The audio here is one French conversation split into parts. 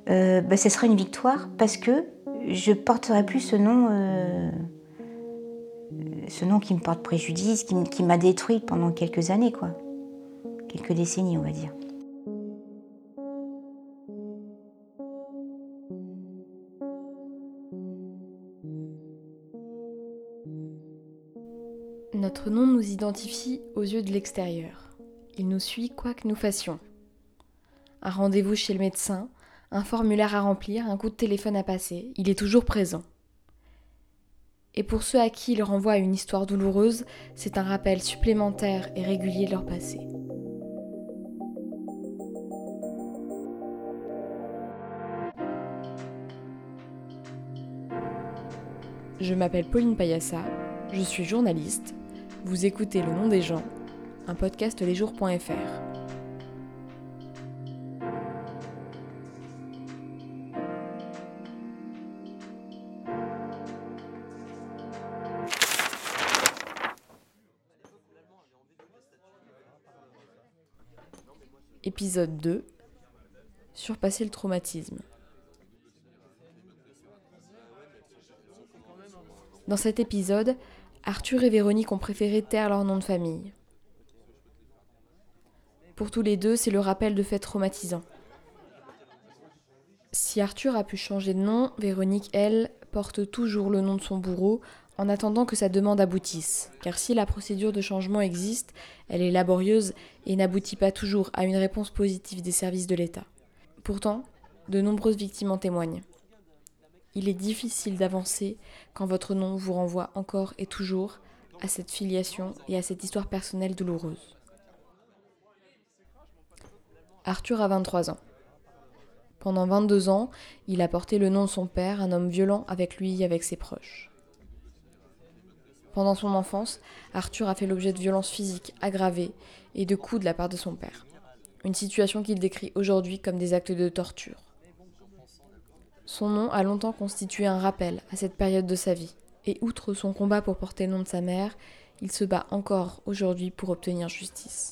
Ce serait une victoire parce que je porterai plus ce nom qui me porte préjudice, qui m'a détruite pendant quelques années, quoi. Quelques décennies, on va dire. Notre nom nous identifie aux yeux de l'extérieur. Il nous suit quoi que nous fassions. Un rendez-vous chez le médecin, un formulaire à remplir, un coup de téléphone à passer, il est toujours présent. Et pour ceux à qui il renvoie à une histoire douloureuse, c'est un rappel supplémentaire et régulier de leur passé. Je m'appelle Pauline Payassa, je suis journaliste. Vous écoutez Le Nom des gens, un podcast lesjours.fr. Épisode 2. Surpasser le traumatisme. Dans cet épisode, Arthur et Véronique ont préféré taire leur nom de famille. Pour tous les deux, c'est le rappel de faits traumatisants. Si Arthur a pu changer de nom, Véronique, elle, porte toujours le nom de son bourreau en attendant que sa demande aboutisse. Car si la procédure de changement existe, elle est laborieuse et n'aboutit pas toujours à une réponse positive des services de l'État. Pourtant, de nombreuses victimes en témoignent. Il est difficile d'avancer quand votre nom vous renvoie encore et toujours à cette filiation et à cette histoire personnelle douloureuse. Arthur a 23 ans. Pendant 22 ans, il a porté le nom de son père, un homme violent avec lui et avec ses proches. Pendant son enfance, Arthur a fait l'objet de violences physiques aggravées et de coups de la part de son père. Une situation qu'il décrit aujourd'hui comme des actes de torture. Son nom a longtemps constitué un rappel à cette période de sa vie. Et outre son combat pour porter le nom de sa mère, il se bat encore aujourd'hui pour obtenir justice.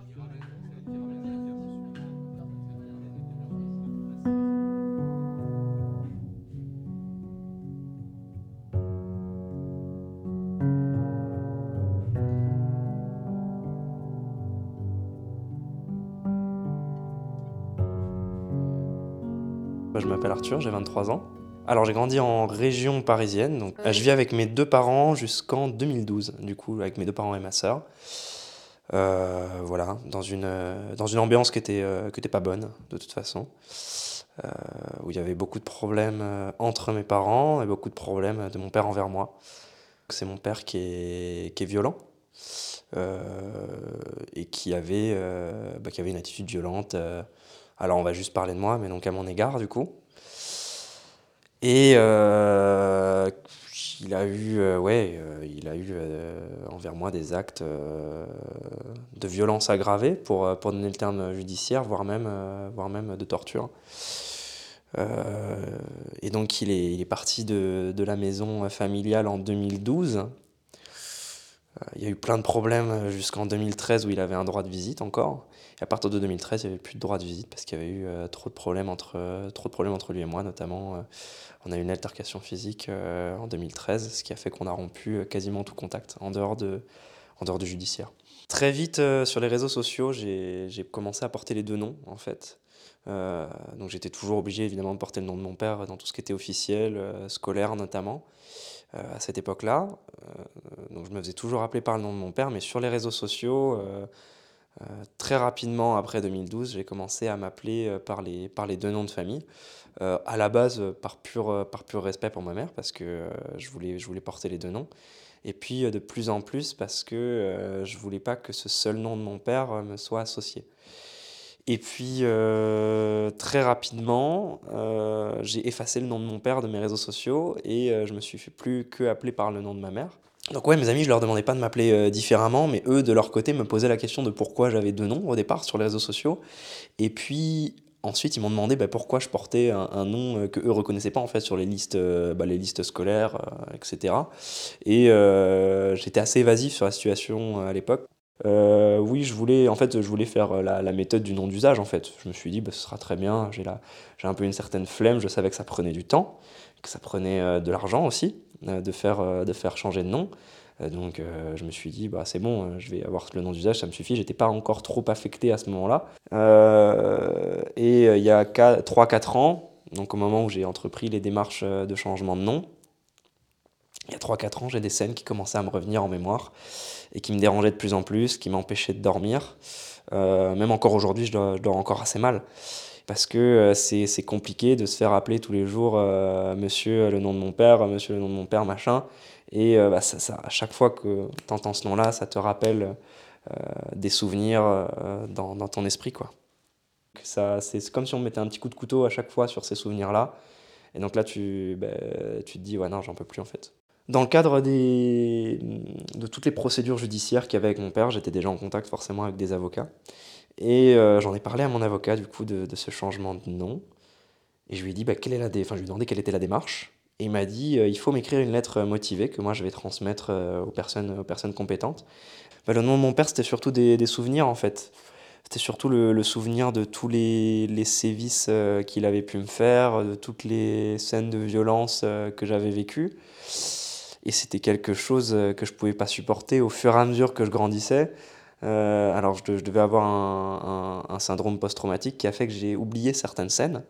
Je m'appelle Arthur, j'ai 23 ans. Alors j'ai grandi en région parisienne, donc je vis avec mes deux parents jusqu'en 2012, du coup, avec mes deux parents et ma sœur. Voilà, dans une ambiance qui était pas bonne, de toute façon. Où il y avait beaucoup de problèmes entre mes parents et beaucoup de problèmes de mon père envers moi. C'est mon père qui est violent. Et qui avait une attitude violente. Alors on va juste parler de moi, mais donc à mon égard du coup. Et il a eu envers moi des actes de violence aggravée pour donner le terme judiciaire, voire même de torture. Et donc il est parti de la maison familiale en 2012. Il y a eu plein de problèmes jusqu'en 2013 où il avait un droit de visite encore. Et à partir de 2013, il n'y avait plus de droit de visite parce qu'il y avait eu trop de problèmes entre lui et moi, notamment. On a eu une altercation physique en 2013, ce qui a fait qu'on a rompu quasiment tout contact en dehors du judiciaire. Très vite, sur les réseaux sociaux, j'ai commencé à porter les deux noms, en fait. Donc j'étais toujours obligé, évidemment, de porter le nom de mon père dans tout ce qui était officiel, scolaire notamment. À cette époque-là. Donc je me faisais toujours appeler par le nom de mon père, mais sur les réseaux sociaux, très rapidement après 2012, j'ai commencé à m'appeler par les deux noms de famille. À la base, par pur respect pour ma mère, parce que je voulais porter les deux noms. Et puis de plus en plus, parce que je voulais pas que ce seul nom de mon père me soit associé. Et puis, très rapidement, j'ai effacé le nom de mon père de mes réseaux sociaux et je me suis fait plus que appeler par le nom de ma mère. Donc ouais, mes amis, je leur demandais pas de m'appeler différemment, mais eux, de leur côté, me posaient la question de pourquoi j'avais deux noms au départ sur les réseaux sociaux. Et puis, ensuite, ils m'ont demandé pourquoi je portais un nom que eux reconnaissaient pas en fait sur les listes scolaires, etc. Et j'étais assez évasif sur la situation à l'époque. Oui, je voulais faire la méthode du nom d'usage, en fait. Je me suis dit, bah, ce sera très bien, j'ai un peu une certaine flemme, je savais que ça prenait du temps, que ça prenait de l'argent aussi, de faire changer de nom. Je me suis dit, bah, c'est bon, je vais avoir le nom d'usage, ça me suffit. J'étais pas encore trop affecté à ce moment-là. Il y a 3-4 ans, donc au moment où j'ai entrepris les démarches de changement de nom, il y a 3-4 ans, j'ai des scènes qui commençaient à me revenir en mémoire et qui me dérangeaient de plus en plus, qui m'empêchaient de dormir. Même encore aujourd'hui, je dors encore assez mal. Parce que c'est compliqué de se faire appeler tous les jours monsieur le nom de mon père, monsieur le nom de mon père, machin. Et à chaque fois que tu entends ce nom-là, ça te rappelle des souvenirs dans ton esprit, quoi. C'est comme si on me mettait un petit coup de couteau à chaque fois sur ces souvenirs-là. Et donc là, tu te dis, ouais, non, j'en peux plus en fait. Dans le cadre de toutes les procédures judiciaires qu'il y avait avec mon père, j'étais déjà en contact forcément avec des avocats. Et j'en ai parlé à mon avocat du coup de ce changement de nom. Et je lui ai dit, je lui ai demandé quelle était la démarche. Et il m'a dit, il faut m'écrire une lettre motivée que moi je vais transmettre aux personnes compétentes. Le nom de mon père, c'était surtout des souvenirs en fait. C'était surtout le souvenir de tous les sévices qu'il avait pu me faire, de toutes les scènes de violence que j'avais vécues. Et c'était quelque chose que je pouvais pas supporter au fur et à mesure que je grandissais. Alors je devais avoir un syndrome post-traumatique qui a fait que j'ai oublié certaines scènes.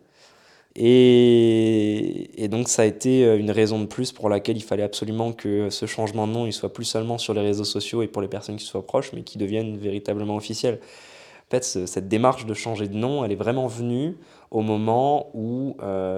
Et donc ça a été une raison de plus pour laquelle il fallait absolument que ce changement de nom il soit plus seulement sur les réseaux sociaux et pour les personnes qui soient proches, mais qui devienne véritablement officiel. En fait, cette démarche de changer de nom, elle est vraiment venue au moment où,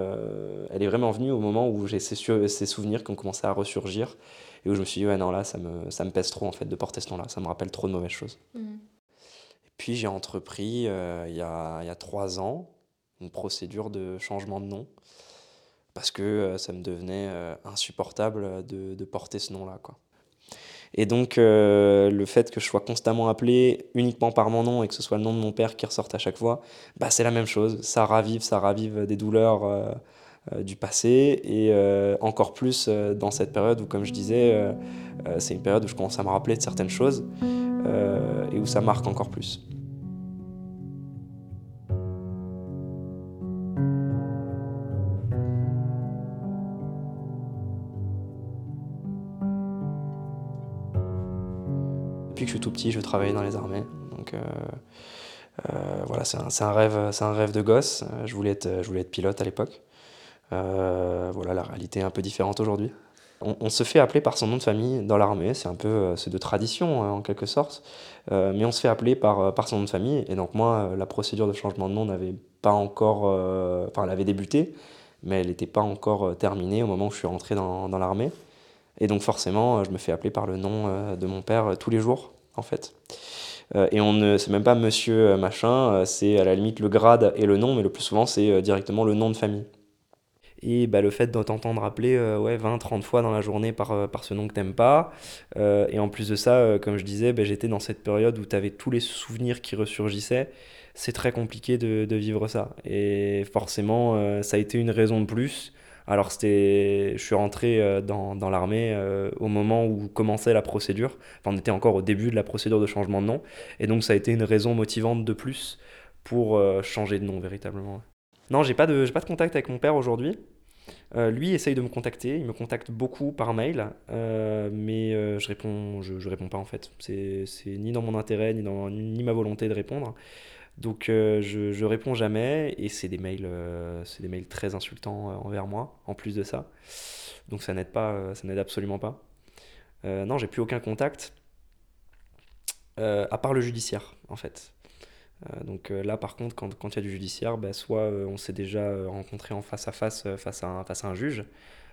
j'ai ces souvenirs qui ont commencé à ressurgir et où je me suis dit, ouais, non, là, ça me pèse trop, en fait, de porter ce nom-là. Ça me rappelle trop de mauvaises choses. Et puis, j'ai entrepris, il y a 3 ans, une procédure de changement de nom parce que ça me devenait insupportable de porter ce nom-là, quoi. Et donc, le fait que je sois constamment appelé uniquement par mon nom et que ce soit le nom de mon père qui ressorte à chaque fois, bah, c'est la même chose. Ça ravive des douleurs du passé et encore plus dans cette période où, comme je disais, c'est une période où je commence à me rappeler de certaines choses et où ça marque encore plus. Depuis que je suis tout petit, je travaillais dans les armées. Donc, voilà, c'est un rêve de gosse. Je voulais être pilote à l'époque. Voilà, la réalité est un peu différente aujourd'hui. On se fait appeler par son nom de famille dans l'armée, c'est de tradition en quelque sorte, mais on se fait appeler par son nom de famille. Et donc moi, la procédure de changement de nom n'avait pas encore, elle avait débuté, mais elle n'était pas encore terminée au moment où je suis rentré dans l'armée. Et donc forcément, je me fais appeler par le nom de mon père tous les jours, en fait. C'est même pas monsieur machin, c'est à la limite le grade et le nom, mais le plus souvent c'est directement le nom de famille. Et bah, le fait de t'entendre appeler ouais, 20-30 fois dans la journée par ce nom que t'aimes pas. Et en plus de ça, comme je disais, bah, j'étais dans cette période où t'avais tous les souvenirs qui ressurgissaient. C'est très compliqué de vivre ça. Et forcément, ça a été une raison de plus. Alors je suis rentré dans l'armée au moment où commençait la procédure. Enfin, on était encore au début de la procédure de changement de nom. Et donc ça a été une raison motivante de plus pour changer de nom véritablement. Non, j'ai pas de contact avec mon père aujourd'hui. Lui essaye de me contacter, il me contacte beaucoup par mail, mais je réponds pas en fait. C'est ni dans mon intérêt, ni ma volonté de répondre. Donc je réponds jamais et c'est des mails très insultants envers moi, en plus de ça. Donc ça n'aide pas, ça n'aide absolument pas. Non, j'ai plus aucun contact, à part le judiciaire en fait. Là, par contre, quand il y a du judiciaire, bah, soit on s'est déjà rencontré en face à face, face à un juge,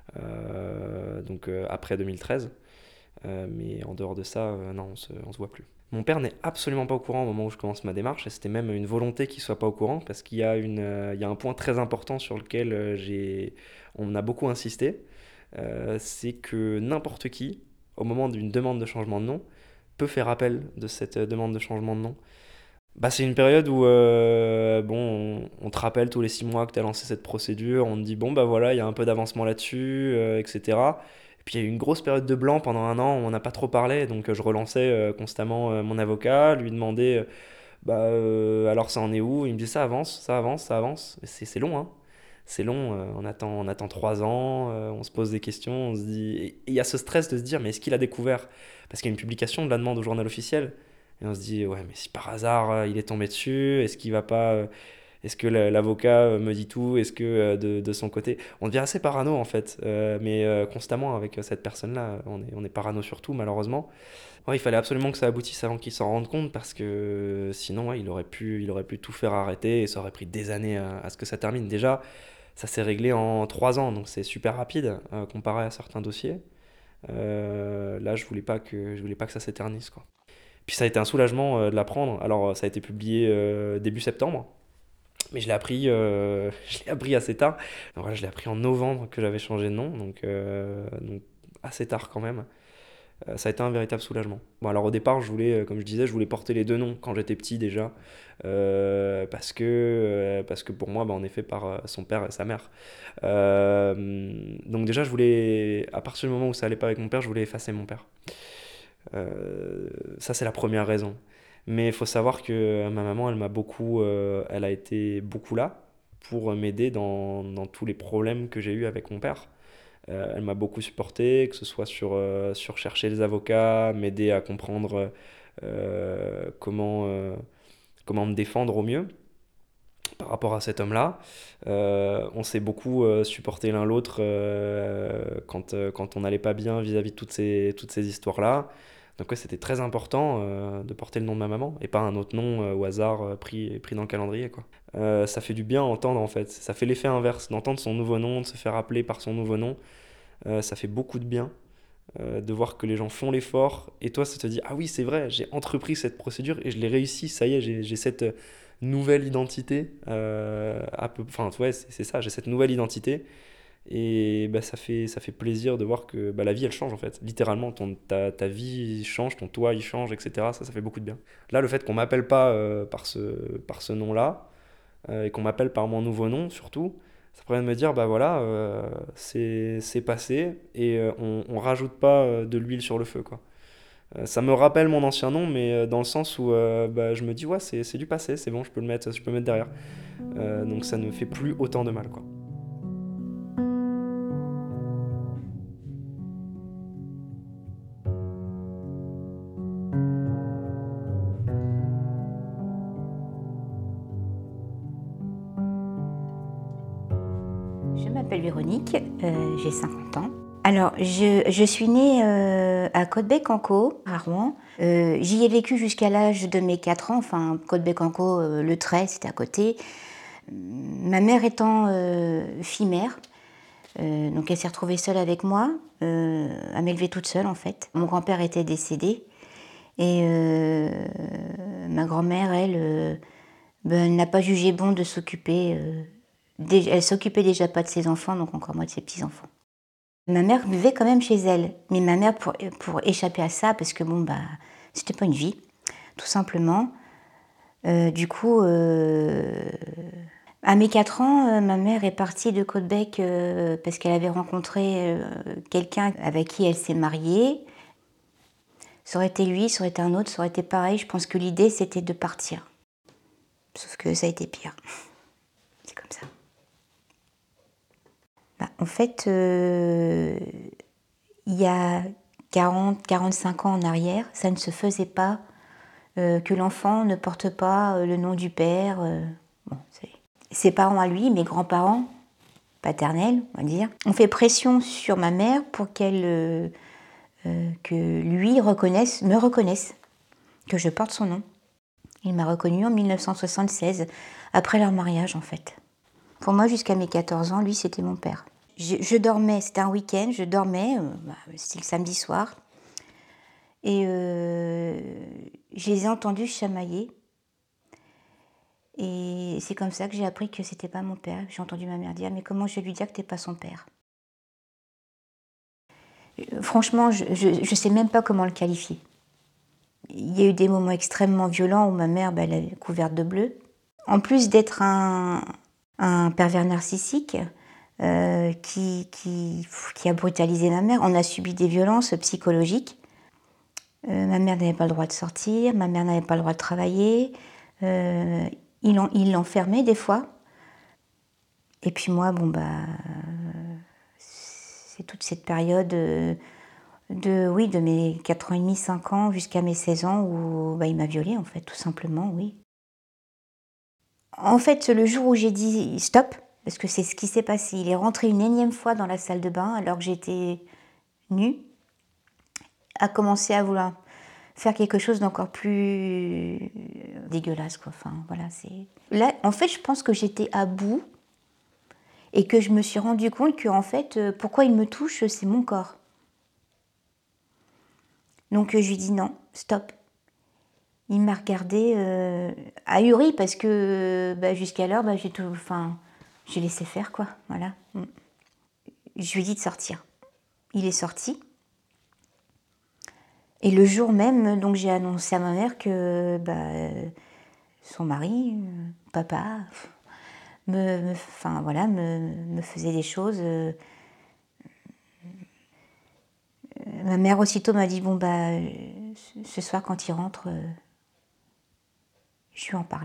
après 2013, mais en dehors de ça, non, on se voit plus. Mon père n'est absolument pas au courant au moment où je commence ma démarche, et c'était même une volonté qu'il soit pas au courant, parce il y a un point très important sur lequel on a beaucoup insisté, c'est que n'importe qui, au moment d'une demande de changement de nom, peut faire appel de cette demande de changement de nom. Bah, c'est une période où bon, on te rappelle tous les 6 mois que tu as lancé cette procédure, on te dit bon bah voilà, il y a un peu d'avancement là-dessus, etc. Puis il y a eu une grosse période de blanc pendant 1 an où on n'a pas trop parlé, donc je relançais constamment mon avocat, lui demandais alors ça en est où? Il me dit ça avance, ça avance, ça avance. Mais c'est long, hein. C'est long, on attend 3 ans, on se pose des questions, on se dit. Et il y a ce stress de se dire, mais est-ce qu'il a découvert? Parce qu'il y a une publication de la demande au journal officiel. Et on se dit, ouais, mais si par hasard il est tombé dessus, est-ce qu'il va pas. Est-ce que l'avocat me dit tout? Est-ce que de son côté. On devient assez parano en fait, mais constamment avec cette personne-là, on est parano sur tout malheureusement. Ouais, il fallait absolument que ça aboutisse avant qu'il s'en rende compte parce que sinon ouais, il aurait pu tout faire arrêter et ça aurait pris des années à ce que ça termine. Déjà, ça s'est réglé en 3 ans, donc c'est super rapide comparé à certains dossiers. Là, je voulais pas que ça s'éternise, quoi. Puis ça a été un soulagement de l'apprendre. Alors, ça a été publié début septembre, mais je l'ai appris, je l'ai appris assez tard. Donc, voilà, je l'ai appris en novembre que j'avais changé de nom, donc assez tard quand même. Ça a été un véritable soulagement. Bon, alors au départ, comme je disais, je voulais porter les deux noms quand j'étais petit déjà, parce que pour moi, en effet, par son père et sa mère. Donc déjà, à partir du moment où ça allait pas avec mon père, je voulais effacer mon père. Ça, c'est la première raison. Mais il faut savoir que ma maman, elle a été beaucoup là pour m'aider dans tous les problèmes que j'ai eus avec mon père. Elle m'a beaucoup supporté, que ce soit sur chercher les avocats, m'aider à comprendre comment me défendre au mieux par rapport à cet homme-là. On s'est beaucoup supporté l'un l'autre quand on n'allait pas bien vis-à-vis de toutes ces histoires-là. Donc ouais, c'était très important de porter le nom de ma maman et pas un autre nom au hasard pris dans le calendrier, quoi. Ça fait du bien à entendre en fait. Ça fait l'effet inverse, d'entendre son nouveau nom, de se faire appeler par son nouveau nom. Ça fait beaucoup de bien de voir que les gens font l'effort et toi ça te dit ah oui c'est vrai j'ai entrepris cette procédure et je l'ai réussi, ça y est j'ai cette nouvelle identité enfin ouais c'est ça, j'ai cette nouvelle identité et ça fait plaisir de voir que la vie elle change en fait littéralement ta vie change, ton toi il change, etc. Ça fait beaucoup de bien. Là le fait qu'on m'appelle pas par ce nom là et qu'on m'appelle par mon nouveau nom surtout, ça permet de me dire, bah voilà, c'est passé et on rajoute pas de l'huile sur le feu, quoi. Ça me rappelle mon ancien nom, mais dans le sens où je me dis, ouais, c'est du passé, c'est bon, je peux le mettre derrière. Donc ça ne fait plus autant de mal, quoi. Je m'appelle Véronique, j'ai 50 ans. Alors, je suis née à Côte-Bec-en-Caux, à Rouen. J'y ai vécu jusqu'à l'âge de mes 4 ans, enfin, Côte-Bec-en-Caux, Le Trait, c'était à côté. Ma mère étant fille-mère, donc elle s'est retrouvée seule avec moi, à m'élever toute seule en fait. Mon grand-père était décédé et ma grand-mère, elle, n'a pas jugé bon de s'occuper. Elle s'occupait déjà pas de ses enfants, donc encore moins de ses petits-enfants. Ma mère vivait quand même chez elle, mais ma mère, pour échapper à ça, parce que c'était pas une vie, tout simplement. Du coup, à mes 4 ans, ma mère est partie de Côte-Bec parce qu'elle avait rencontré quelqu'un avec qui elle s'est mariée. Ça aurait été lui, ça aurait été un autre, ça aurait été pareil. Je pense que l'idée, c'était de partir. Sauf que ça a été pire. C'est comme ça. En fait, il y a 40-45 ans en arrière, ça ne se faisait pas que l'enfant ne porte pas le nom du père. Ses parents à lui, mes grands-parents paternels, on va dire, ont fait pression sur ma mère pour que lui me reconnaisse, que je porte son nom. Il m'a reconnue en 1976, après leur mariage en fait. Pour moi, jusqu'à mes 14 ans, lui, c'était mon père. Je dormais, c'était un week-end, je dormais, c'était le samedi soir, et je les ai entendus chamailler. Et c'est comme ça que j'ai appris que c'était pas mon père. J'ai entendu ma mère dire, mais comment je vais lui dire que t'es pas son père? Franchement, je sais même pas comment le qualifier. Il y a eu des moments extrêmement violents où ma mère, elle est couverte de bleu. En plus d'être un pervers narcissique, qui a brutalisé ma mère. On a subi des violences psychologiques. Ma mère n'avait pas le droit de sortir, ma mère n'avait pas le droit de travailler. Il l'enfermait des fois. Et puis moi, c'est toute cette période de mes 4 ans et demi, 5 ans jusqu'à mes 16 ans où il m'a violée, en fait, tout simplement, oui. En fait, le jour où j'ai dit stop, parce que c'est ce qui s'est passé, il est rentré une énième fois dans la salle de bain alors que j'étais nue, a commencé à vouloir faire quelque chose d'encore plus dégueulasse, quoi. Enfin, voilà, c'est... Là, en fait, je pense que j'étais à bout et que je me suis rendu compte que, en fait, pourquoi il me touche, c'est mon corps. Donc, je lui dis non, stop. Il m'a regardé ahuri parce que jusqu'alors, j'ai laissé faire, quoi. Voilà. Je lui ai dit de sortir. Il est sorti. Et le jour même, donc, j'ai annoncé à ma mère que son mari, papa, me faisait des choses. Ma mère aussitôt m'a dit ce soir quand il rentre, je lui en parle.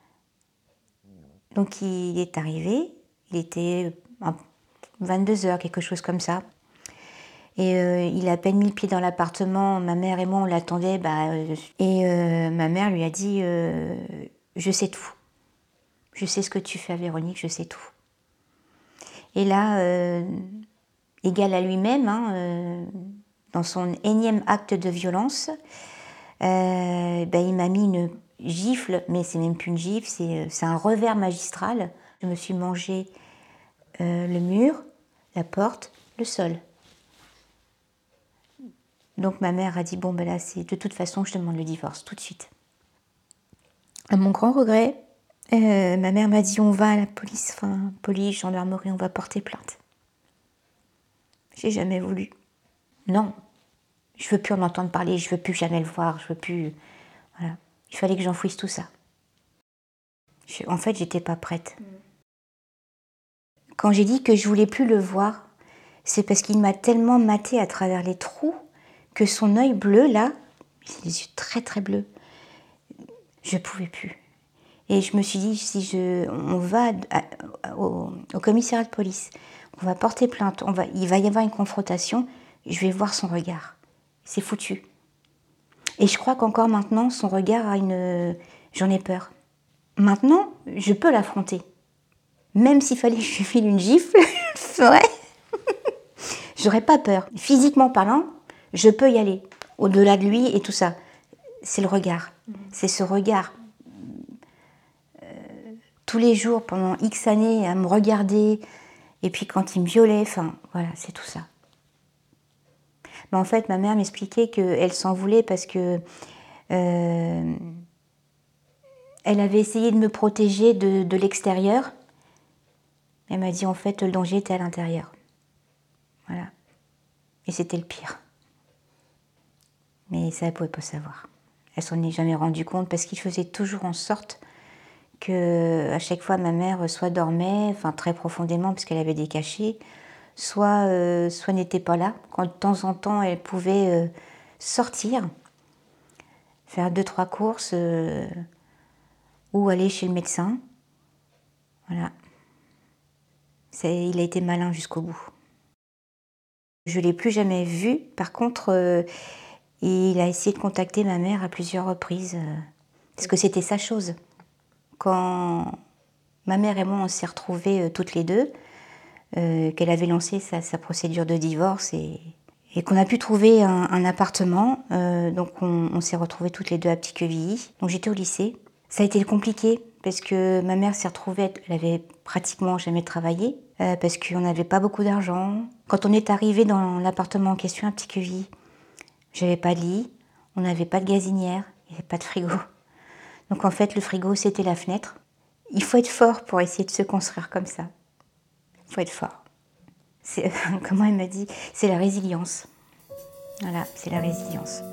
Donc il est arrivé, il était 22h, quelque chose comme ça. Et il a à peine mis le pied dans l'appartement, ma mère et moi on l'attendait. Ma mère lui a dit je sais tout. Je sais ce que tu fais à Véronique, je sais tout. Et là, égal à lui-même, dans son énième acte de violence, il m'a mis une gifle, mais c'est même plus une gifle, c'est un revers magistral. Je me suis mangé le mur, la porte, le sol. Donc ma mère a dit là, de toute façon, je demande le divorce tout de suite. À mon grand regret, ma mère m'a dit on va à la police, gendarmerie, on va porter plainte. J'ai jamais voulu. Non, je veux plus en entendre parler, je veux plus jamais le voir, je veux plus. Voilà, il fallait que j'enfouisse tout ça. En fait, j'étais pas prête. Quand j'ai dit que je voulais plus le voir, c'est parce qu'il m'a tellement maté à travers les trous que son œil bleu là, c'est des yeux très très bleus, je pouvais plus. Et je me suis dit on va au commissariat de police, on va porter plainte, il va y avoir une confrontation, je vais voir son regard. C'est foutu. Et je crois qu'encore maintenant, son regard j'en ai peur. Maintenant, je peux l'affronter. Même s'il fallait que je lui file une gifle, je le ferais. J'aurais pas peur. Physiquement parlant, je peux y aller. Au-delà de lui et tout ça. C'est le regard. C'est ce regard. Tous les jours, pendant X années, à me regarder. Et puis quand il me violait, voilà, c'est tout ça. Mais en fait, ma mère m'expliquait qu'elle s'en voulait parce que elle avait essayé de me protéger de l'extérieur. Elle m'a dit en fait, le danger était à l'intérieur. Voilà. Et c'était le pire. Mais ça, elle ne pouvait pas savoir. Elle s'en est jamais rendue compte parce qu'il faisait toujours en sorte que, à chaque fois, ma mère soit dormait, très profondément parce qu'elle avait des cachets, soit n'était pas là. Quand de temps en temps, elle pouvait sortir, faire 2-3 courses ou aller chez le médecin. Voilà. Il a été malin jusqu'au bout. Je ne l'ai plus jamais vu. Par contre, il a essayé de contacter ma mère à plusieurs reprises, parce que c'était sa chose. Quand ma mère et moi, on s'est retrouvées toutes les deux, qu'elle avait lancé sa procédure de divorce et qu'on a pu trouver un appartement, donc on s'est retrouvées toutes les deux à Petit-Quevilly. Donc j'étais au lycée. Ça a été compliqué parce que ma mère s'est retrouvée, elle avait pratiquement jamais travaillé, parce qu'on n'avait pas beaucoup d'argent. Quand on est arrivé dans l'appartement en question à Petit-Quevilly, j'avais pas de lit, on n'avait pas de gazinière, il n'y avait pas de frigo. Donc en fait, le frigo, c'était la fenêtre. Il faut être fort pour essayer de se construire comme ça. Il faut être fort. Comment elle m'a dit, c'est la résilience. Voilà, c'est la résilience.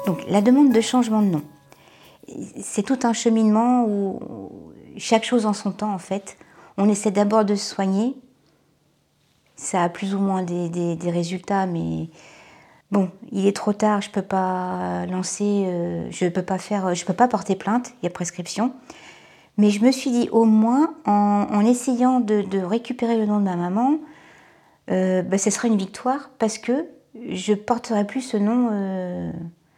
Donc la demande de changement de nom, c'est tout un cheminement où chaque chose en son temps en fait. On essaie d'abord de se soigner, ça a plus ou moins des résultats, mais bon, il est trop tard, je peux pas lancer, je peux pas porter plainte, il y a prescription. Mais je me suis dit au moins en essayant de récupérer le nom de ma maman, ce serait une victoire parce que je porterai plus ce nom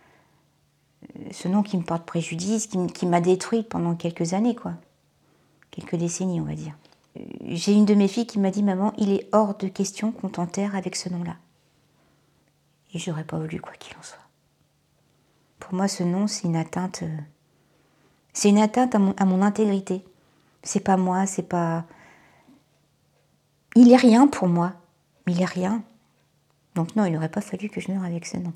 qui me porte préjudice, qui m'a détruite pendant quelques années, quoi. Quelques décennies, on va dire. J'ai une de mes filles qui m'a dit « Maman, il est hors de question qu'on t'enterre avec ce nom-là. » Et j'aurais pas voulu, quoi qu'il en soit. Pour moi, ce nom, c'est une atteinte à mon intégrité. C'est pas moi, c'est pas... Il est rien pour moi, mais il est rien. Donc non, il n'aurait pas fallu que je meure avec ce nom.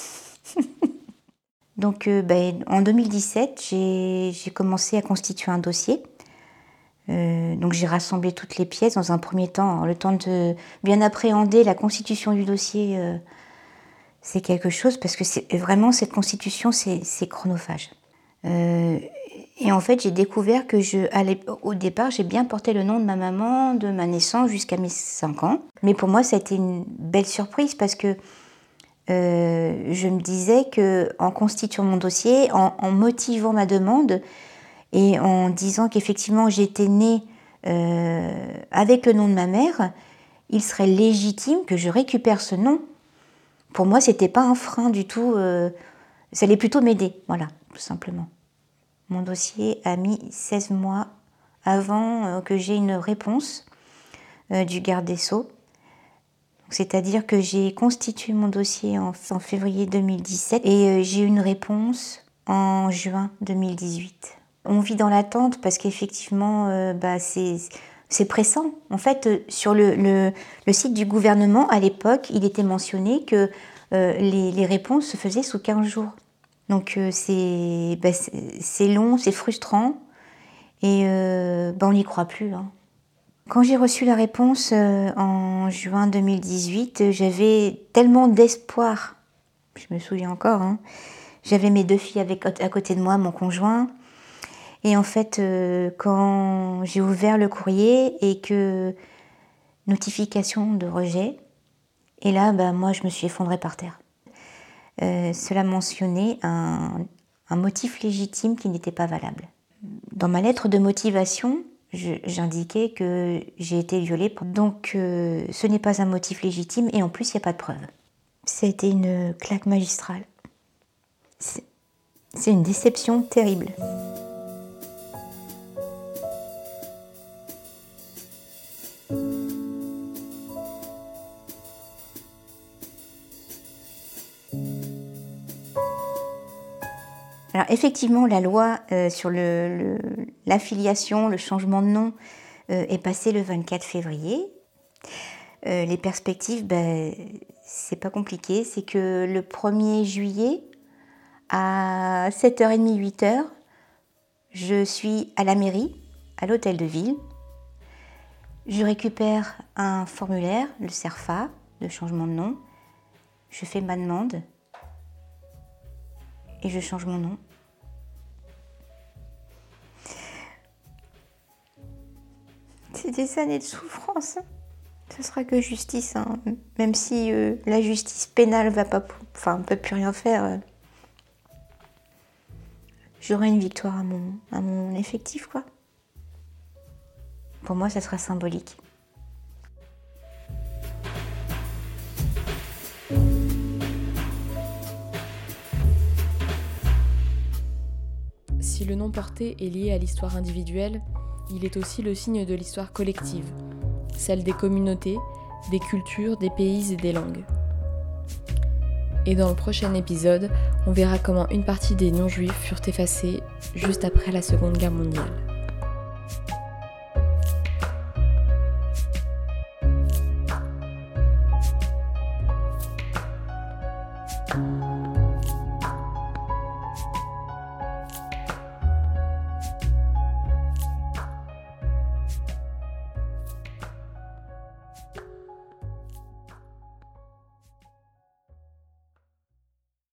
Donc en 2017, j'ai commencé à constituer un dossier. Donc j'ai rassemblé toutes les pièces dans un premier temps. Alors, le temps de bien appréhender la constitution du dossier, c'est quelque chose parce que vraiment cette constitution, c'est chronophage. Et en fait, j'ai découvert que au départ, j'ai bien porté le nom de ma maman, de ma naissance jusqu'à mes 5 ans. Mais pour moi, ça a été une belle surprise parce que je me disais qu'en constituant mon dossier, en motivant ma demande et en disant qu'effectivement j'étais née avec le nom de ma mère, il serait légitime que je récupère ce nom. Pour moi, c'était pas un frein du tout. Ça allait plutôt m'aider, voilà, tout simplement. Mon dossier a mis 16 mois avant que j'ai une réponse du garde des Sceaux. C'est-à-dire que j'ai constitué mon dossier en février 2017 et j'ai eu une réponse en juin 2018. On vit dans l'attente parce qu'effectivement, c'est pressant. En fait, sur le site du gouvernement, à l'époque, il était mentionné que les réponses se faisaient sous 15 jours. Donc c'est long, c'est frustrant et on n'y croit plus. Hein. Quand j'ai reçu la réponse en juin 2018, j'avais tellement d'espoir. Je me souviens encore. Hein. J'avais mes 2 filles à côté de moi, mon conjoint. Et en fait, quand j'ai ouvert le courrier et que notification de rejet, et là, moi, je me suis effondrée par terre. Cela mentionnait un motif légitime qui n'était pas valable. Dans ma lettre de motivation, j'indiquais que j'ai été violée. Donc, ce n'est pas un motif légitime et en plus, il n'y a pas de preuve. Ça a été une claque magistrale. C'est une déception terrible. Alors effectivement, la loi sur l'affiliation, le changement de nom est passée le 24 février. Les perspectives, c'est pas compliqué. C'est que le 1er juillet, à 7h30, 8h, je suis à la mairie, à l'hôtel de ville. Je récupère un formulaire, le CERFA, de changement de nom. Je fais ma demande. Et je change mon nom. C'est des années de souffrance. Ce sera que justice, hein. Même si la justice pénale ne peut plus rien faire. J'aurai une victoire à mon effectif, quoi. Pour moi, ça sera symbolique. Si le nom porté est lié à l'histoire individuelle, il est aussi le signe de l'histoire collective, celle des communautés, des cultures, des pays et des langues. Et dans le prochain épisode, on verra comment une partie des non-juifs furent effacés juste après la Seconde Guerre mondiale.